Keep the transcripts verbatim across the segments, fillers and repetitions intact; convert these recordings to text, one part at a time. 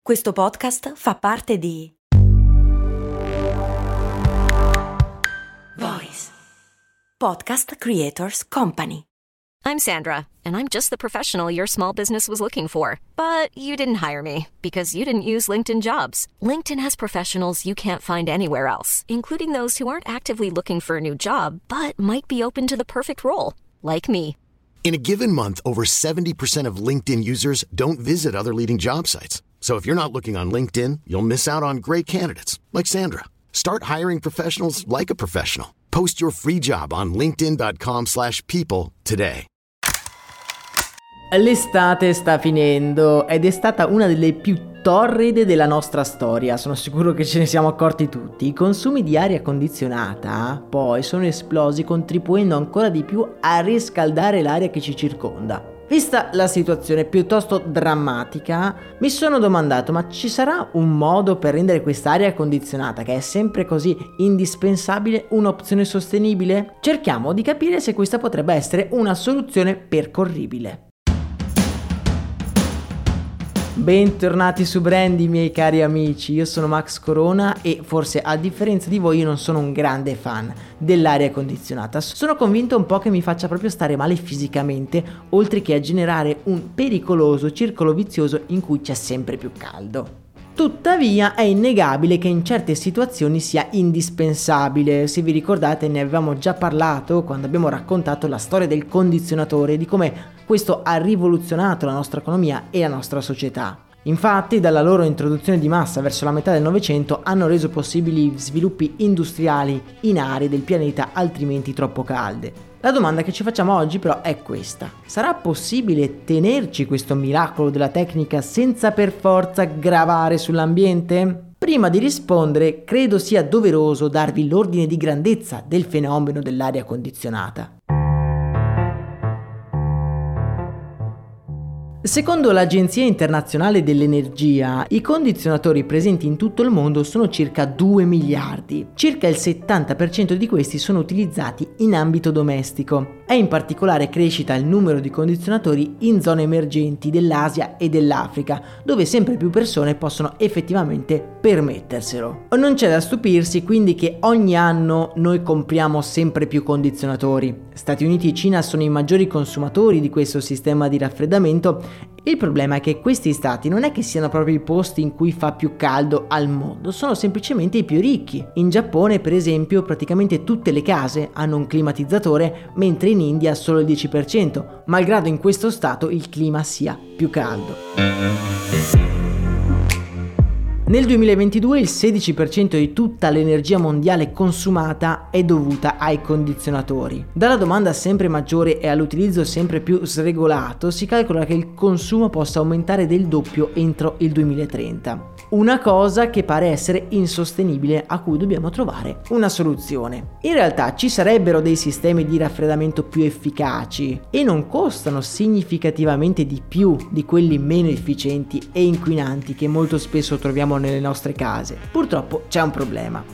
Questo podcast fa parte di Voice Podcast Creators Company. I'm Sandra, and I'm just the professional your small business was looking for. But you didn't hire me because you didn't use LinkedIn Jobs. LinkedIn has professionals you can't find anywhere else, including those who aren't actively looking for a new job, but might be open to the perfect role, like me. In a given month, over seventy percent of LinkedIn users don't visit other leading job sites. So if you're not looking on LinkedIn, you'll miss out on great candidates like Sandra. Start hiring professionals like a professional. Post your free job on linkedin dot com slash people today. L'estate sta finendo ed è stata una delle più torride della nostra storia, sono sicuro che ce ne siamo accorti tutti. I consumi di aria condizionata poi sono esplosi, contribuendo ancora di più a riscaldare l'aria che ci circonda. Vista la situazione piuttosto drammatica, mi sono domandato: ma ci sarà un modo per rendere quest'aria condizionata, che è sempre così indispensabile, un'opzione sostenibile? Cerchiamo di capire se questa potrebbe essere una soluzione percorribile. Bentornati su Brandy, miei cari amici, io sono Max Corona e forse a differenza di voi io non sono un grande fan dell'aria condizionata. Sono convinto un po' che mi faccia proprio stare male fisicamente, oltre che a generare un pericoloso circolo vizioso in cui c'è sempre più caldo. Tuttavia è innegabile che in certe situazioni sia indispensabile. Se vi ricordate, ne avevamo già parlato quando abbiamo raccontato la storia del condizionatore, di come questo ha rivoluzionato la nostra economia e la nostra società. Infatti, dalla loro introduzione di massa verso la metà del Novecento hanno reso possibili sviluppi industriali in aree del pianeta altrimenti troppo calde. La domanda che ci facciamo oggi però è questa: sarà possibile tenerci questo miracolo della tecnica senza per forza gravare sull'ambiente? Prima di rispondere, credo sia doveroso darvi l'ordine di grandezza del fenomeno dell'aria condizionata. Secondo l'Agenzia Internazionale dell'Energia, i condizionatori presenti in tutto il mondo sono circa due miliardi. Circa il settanta per cento di questi sono utilizzati in ambito domestico. È in particolare crescita il numero di condizionatori in zone emergenti dell'Asia e dell'Africa, dove sempre più persone possono effettivamente permetterselo. Non c'è da stupirsi quindi che ogni anno noi compriamo sempre più condizionatori. Stati Uniti e Cina sono i maggiori consumatori di questo sistema di raffreddamento. Il problema è che questi stati non è che siano proprio i posti in cui fa più caldo al mondo, sono semplicemente i più ricchi. In Giappone, per esempio, praticamente tutte le case hanno un climatizzatore, mentre in India solo il dieci per cento, malgrado in questo stato il clima sia più caldo. Nel duemilaventidue il sedici per cento di tutta l'energia mondiale consumata è dovuta ai condizionatori. Dalla domanda sempre maggiore e all'utilizzo sempre più sregolato si calcola che il consumo possa aumentare del doppio entro il duemilatrenta. Una cosa che pare essere insostenibile, a cui dobbiamo trovare una soluzione. In realtà ci sarebbero dei sistemi di raffreddamento più efficaci e non costano significativamente di più di quelli meno efficienti e inquinanti che molto spesso troviamo nelle nostre case. Purtroppo c'è un problema.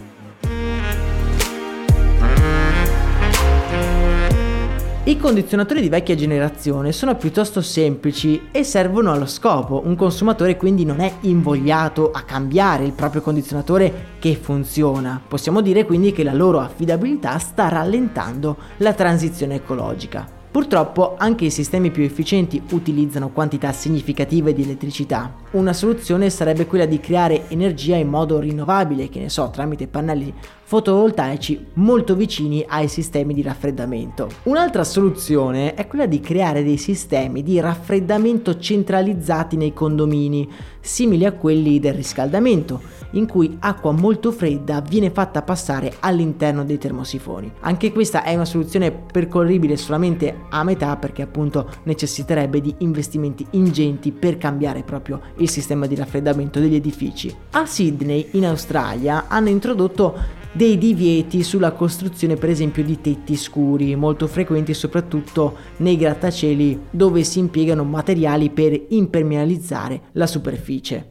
I condizionatori di vecchia generazione sono piuttosto semplici e servono allo scopo. Un consumatore quindi non è invogliato a cambiare il proprio condizionatore che funziona. Possiamo dire quindi che la loro affidabilità sta rallentando la transizione ecologica. Purtroppo anche i sistemi più efficienti utilizzano quantità significative di elettricità. Una soluzione sarebbe quella di creare energia in modo rinnovabile, che ne so, tramite pannelli fotovoltaici molto vicini ai sistemi di raffreddamento. Un'altra soluzione è quella di creare dei sistemi di raffreddamento centralizzati nei condomini, simili a quelli del riscaldamento, in cui acqua molto fredda viene fatta passare all'interno dei termosifoni. Anche questa è una soluzione percorribile solamente a metà, perché appunto necessiterebbe di investimenti ingenti per cambiare proprio il sistema di raffreddamento degli edifici. A Sydney, in Australia, hanno introdotto dei divieti sulla costruzione, per esempio, di tetti scuri, molto frequenti soprattutto nei grattacieli dove si impiegano materiali per impermeabilizzare la superficie.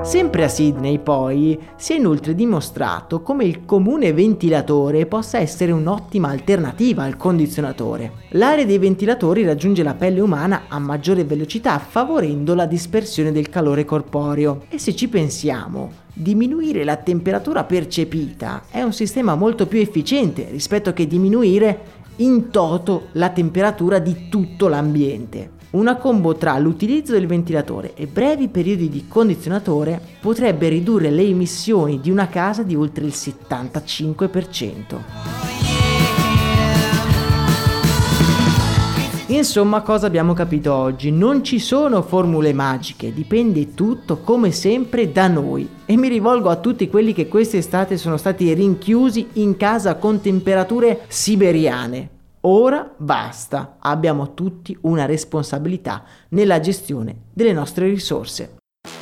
Sempre a Sydney, poi, si è inoltre dimostrato come il comune ventilatore possa essere un'ottima alternativa al condizionatore. L'aria dei ventilatori raggiunge la pelle umana a maggiore velocità, favorendo la dispersione del calore corporeo. E se ci pensiamo, diminuire la temperatura percepita è un sistema molto più efficiente rispetto che diminuire in toto la temperatura di tutto l'ambiente. Una combo tra l'utilizzo del ventilatore e brevi periodi di condizionatore potrebbe ridurre le emissioni di una casa di oltre il settantacinque per cento. Insomma, cosa abbiamo capito oggi? Non ci sono formule magiche, dipende tutto come sempre da noi. E mi rivolgo a tutti quelli che quest'estate sono stati rinchiusi in casa con temperature siberiane. Ora basta, abbiamo tutti una responsabilità nella gestione delle nostre risorse.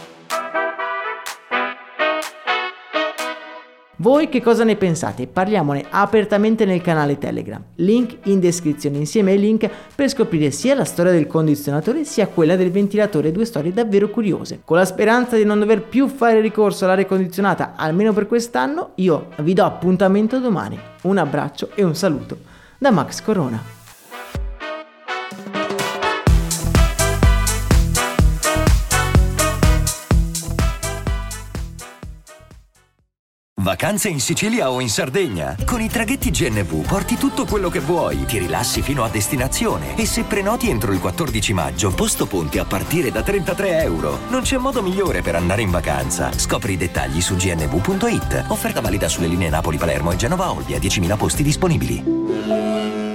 Voi che cosa ne pensate? Parliamone apertamente nel canale Telegram, link in descrizione insieme ai link per scoprire sia la storia del condizionatore sia quella del ventilatore, due storie davvero curiose. Con la speranza di non dover più fare ricorso all'aria condizionata almeno per quest'anno, io vi do appuntamento domani. Un abbraccio e un saluto da Max Corona. Vacanze in Sicilia o in Sardegna? Con i traghetti G N V porti tutto quello che vuoi, ti rilassi fino a destinazione e se prenoti entro il quattordici maggio, posto ponti a partire da trentatré euro. Non c'è modo migliore per andare in vacanza. Scopri i dettagli su g n v punto i t. Offerta valida sulle linee Napoli-Palermo e Genova-Olbia, diecimila posti disponibili.